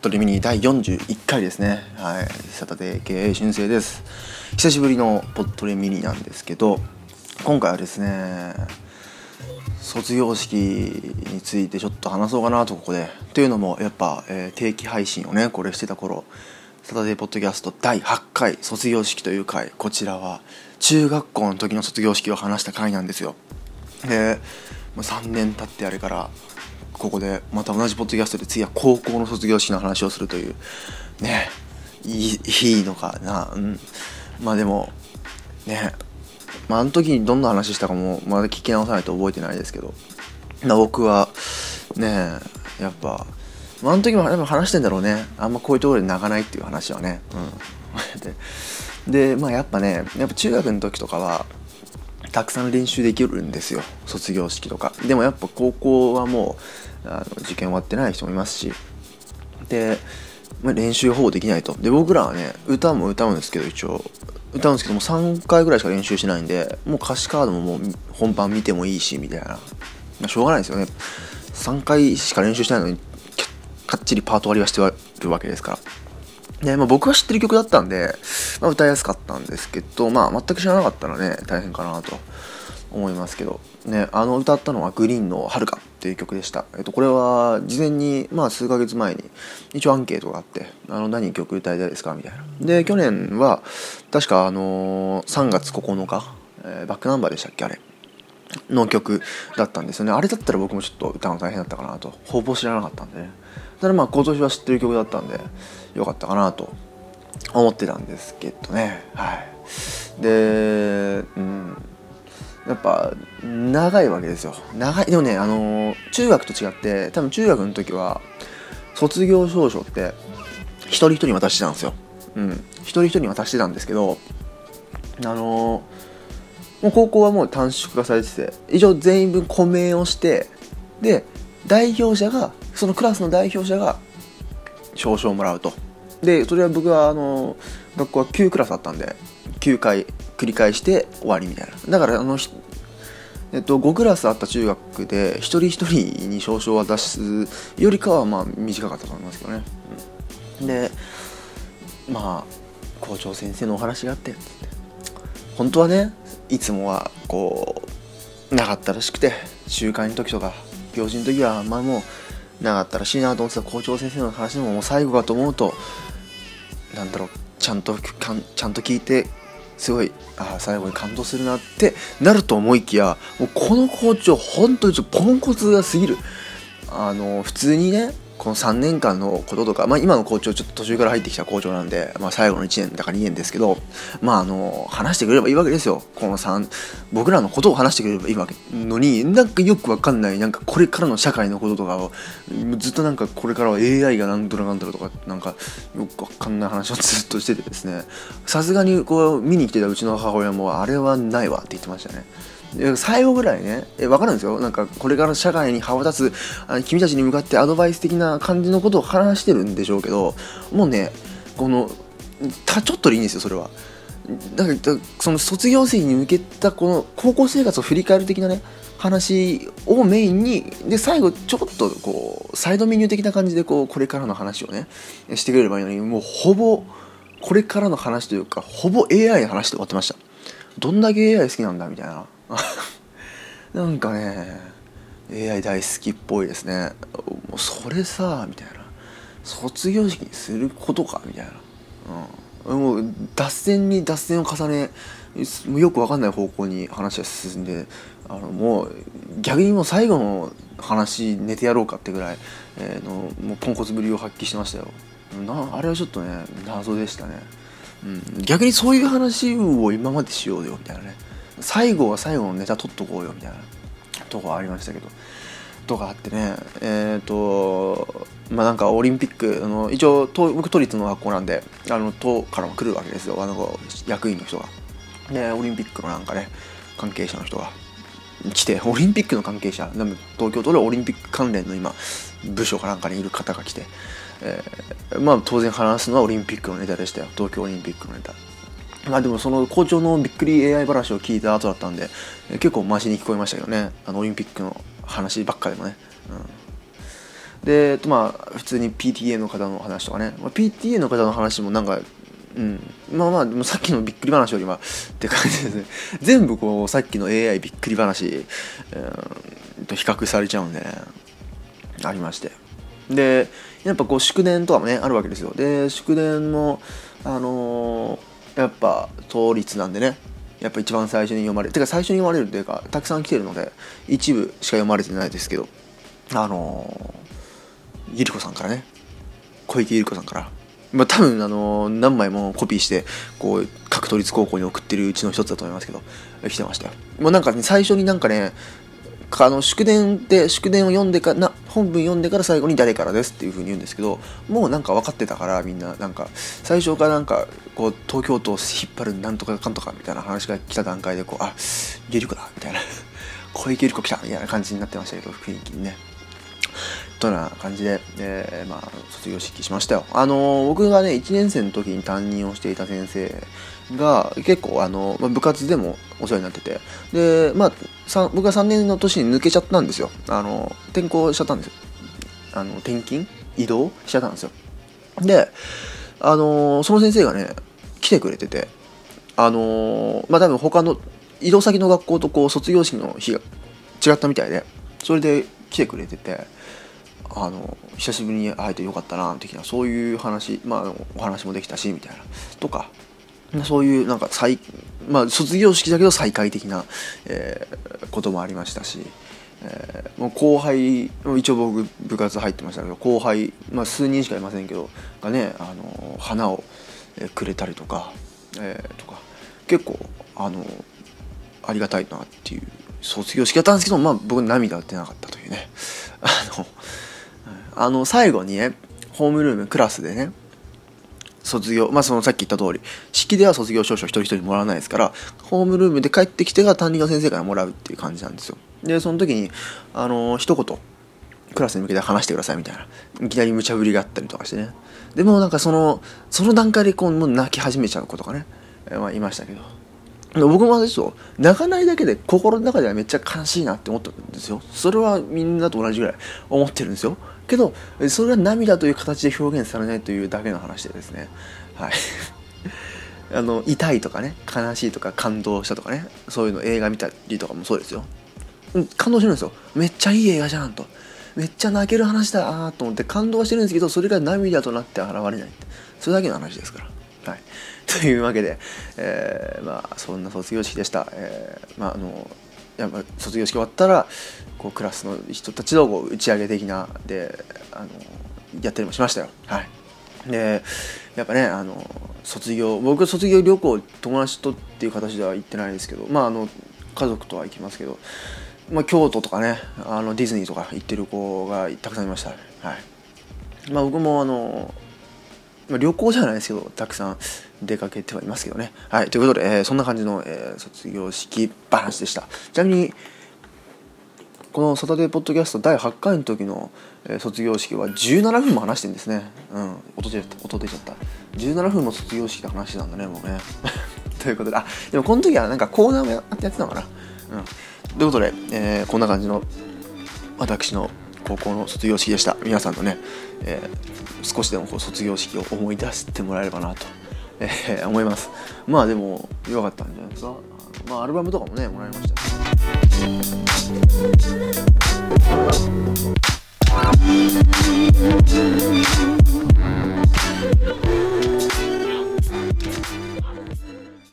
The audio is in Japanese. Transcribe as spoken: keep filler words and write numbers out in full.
トレミニだいよんじゅういっかいですね。はい、サタデー系新生です。久しぶりのポットレミニなんですけど、今回はですね、卒業式についてちょっと話そうかなとここで。というのもやっぱ、えー、定期配信をねこれしてた頃、サタデーポッドキャストだいはちかい卒業式という回、こちらは中学校の時の卒業式を話した回なんですよ。で、さんねん経ってあれからここでまた同じポッドキャストで次は高校の卒業式の話をするというね、いい、いいのかな、うん、まあでもね、まあ、あの時にどんな話したかもまだ聞き直さないと覚えてないですけど、僕はねやっぱ、まあ、あの時も話してんだろうね、あんまこういうところで泣かないっていう話はね、うん、で, でまあやっぱね、やっぱ中学の時とかはたくさん練習できるんですよ、卒業式とか。でもやっぱ高校はもうあの受験終わってない人もいますし、で、まあ、練習ほぼできないと。で僕らはね歌も歌うんですけど、一応歌うんですけどもさんかいぐらいしか練習しないんで、もう歌詞カードももう本番見てもいいしみたいな、まあ、しょうがないですよね。さんかいしか練習してないのにかっちりパート割りはしてるわけですから。で、まあ、僕は知ってる曲だったんで、まあ、歌いやすかったんですけど、まあ全く知らなかったらね大変かなと思いますけどね。あの歌ったのはグリーンの遥かっていう曲でした。えっとこれは事前にまあ数ヶ月前に一応アンケートがあって、あの何曲歌いたいですかみたいな。で去年は確かあのー、さんがつここのか、えー、バックナンバーでしたっけあれの曲だったんですよね。あれだったら僕もちょっと歌うの大変だったかなと、ほぼ知らなかったんでね。ただまあ今年は知ってる曲だったんでよかったかなと思ってたんですけどね。はいで、うん、やっぱ長いわけですよ。長い。でもね、あのー、中学と違って多分中学の時は卒業証書って一人一人渡してたんですよ。うん一人一人渡してたんですけど、あのー、もう高校はもう短縮化されてて、一応全員分署名をして、で代表者がそのクラスの代表者が証書をもらうと。でそれは僕はあの学校はきゅうクラスあったんできゅうかい繰り返して終わりみたいな。だからあの、えっと、ごクラスあった中学で一人一人に証書を渡すよりかはまあ短かったと思いますけどね、うん、でまあ校長先生のお話があって本当はねいつもはこうなかったらしくて、集会の時とか行事の時はまあもうなかったらしいなと思ってた校長先生の話でももう最後かと思うと、なんだろう、ちゃんとかんちゃんと聞いてすごいあ最後に感動するなってなると思いきや、もうこの校長本当にちょっとポンコツが過ぎる。あの普通にねこのさんねんかんのこととか、まあ、今の校長ちょっと途中から入ってきた校長なんで、まあ、最後のいちねんだかにねんですけど、まああの話してくれればいいわけですよ。このさん僕らのことを話してくれればいいわけのに、なんかよくわかんない、なんかこれからの社会のこととかをずっとなんかこれからは エーアイ がなんとらなんとらとかなんかよくわかんない話をずっとしててですね、さすがにこう見に来てたうちの母親もあれはないわって言ってましたね。最後ぐらいね、え分かるんですよ。なんかこれからの社会に羽ばたつあ君たちに向かってアドバイス的な感じのことを話してるんでしょうけど、もうねこのたちょっとでいいんですよそれは。だからその卒業生に向けたこの高校生活を振り返る的なね話をメインに、で最後ちょっとこうサイドメニュー的な感じでこうこれからの話をねしてくれればいいのに、もうほぼこれからの話というかほぼ エーアイ の話で終わってました。どんだけ エーアイ 好きなんだみたいななんかね エーアイ 大好きっぽいですね。もうそれさみたいな、卒業式にすることかみたいな、うん、もう脱線に脱線を重ねよく分かんない方向に話が進んで、あのもう逆にもう最後の話寝てやろうかってぐらい、えー、のもうポンコツぶりを発揮してましたよ。なあれはちょっとね謎でしたね、うん、逆にそういう話を今までしようよみたいなね、最後は最後のネタ取っとこうよみたいなとこありましたけど、とかあってね、えっ、ー、とまあなんかオリンピックあの一応僕都立の学校なんで、あの都からも来るわけですよ、あの役員の人が。でオリンピックのなんかね関係者の人が来て、オリンピックの関係者でも東京都でオリンピック関連の今部署かなんかにいる方が来て、えー、まあ当然話すのはオリンピックのネタでしたよ、東京オリンピックのネタ。まあでもその校長のびっくり エーアイ 話を聞いた後だったんで、結構マシに聞こえましたけどね、あのオリンピックの話ばっかでもね、 でまあ普通に ピーティーエー の方の話とかね、まあ、ピーティーエー の方の話もなんかうん、まあまあでもさっきのびっくり話よりはって感じですね。全部こうさっきの エーアイ びっくり話、うん、と比較されちゃうんでね、ありまして、でやっぱこう祝電とかもねあるわけですよ。で祝電もあのー、やっぱ当律なんでね、やっぱ一番最初に読まれるてか最初に読まれるというかたくさん来てるので一部しか読まれてないですけど、あのー、ゆり子さんからね、小池百合子さんからまあ、多分あの何枚もコピーしてこう各都立高校に送ってるうちの一つだと思いますけど来てましたよ。もうなんか、ね、最初になんかねあの祝電で祝電を読んでかな本文読んでから最後に誰からですっていう風に言うんですけど、もうなんか分かってたからみんななんか最初からなんかこう東京都を引っ張るなんとかかんとかみたいな話が来た段階でこうあゆり子だみたいな小池百合子来たみたいな感じになってましたけど、雰囲気にねとな感じで、えー、まあ卒業式しましたよ。あのー、僕がねいちねん生の時に担任をしていた先生が結構あの、まあ、部活でもお世話になってて、でまあ僕がさんねんの年に抜けちゃったんですよ。あの転校しちゃったんですよ。あの転勤移動しちゃったんですよ。であのー、その先生がね来てくれてて、あのー、まあ多分他の移動先の学校とこう卒業式の日が違ったみたいで、それで来てくれてて、あの久しぶりに会えてよかったな的なそういう話、まあお話もできたしみたいなとか、そういうなんか再、まあ、卒業式だけど再会的な、えー、こともありましたし、えー、もう後輩一応僕部活入ってましたけど後輩、まあ、数人しかいませんけどがねあの花をくれたりとか、えー、とか結構あのありがたいなっていう卒業式だったんですけど、まあ僕涙は出なかったというねあのあの最後にねホームルームクラスでね卒業まあそのさっき言った通り式では卒業証書一人一人もらわないですから、ホームルームで帰ってきてが担任の先生からもらうっていう感じなんですよ。でその時にあの一言クラスに向けて話してくださいみたいないきなり無茶ぶりがあったりとかしてね、でもなんかそのその段階でこうもう泣き始めちゃう子とかね、えー、まあいましたけど、僕も私と泣かないだけで心の中ではめっちゃ悲しいなって思ったんですよ。それはみんなと同じぐらい思ってるんですよ。けどそれが涙という形で表現されないというだけの話でですね、はいあの痛いとかね悲しいとか感動したとかね、そういうの映画見たりとかもそうですよ。感動してるんですよ。めっちゃいい映画じゃんと、めっちゃ泣ける話だあと思って感動はしてるんですけど、それが涙となって現れないって、それだけの話ですから。はい、というわけで、えー、まあそんな卒業式でした。えー、まああのやっぱ卒業式終わったらこうクラスの人たちのこう打ち上げ的なであのやったりもしましたよ。はい。でやっぱねあの卒業僕卒業旅行友達とっていう形では行ってないですけど、まああの家族とは行きますけど、まあ京都とかねあのディズニーとか行ってる子がたくさんいました。はい。まあ僕もあのまあ、旅行じゃないですけどたくさん出かけてはいますけどね。はい、ということで、えー、そんな感じの、えー、卒業式話でした。ちなみにこのサタデーポッドキャストだいはちかいの時の、えー、卒業式はじゅうななふんも話してるんですね。うん音出ちゃった音出ちゃったじゅうななふんも卒業式で話してたんだねもうねということで、あでもこの時はなんかコーナーもやってやってたのかな。うんということで、えー、こんな感じの私の高校の卒業式でした。皆さんのね、えー、少しでもこう卒業式を思い出してもらえればなと、えー、思います。まあでも良かったんじゃないですか。まあアルバムとかもねもらいましたし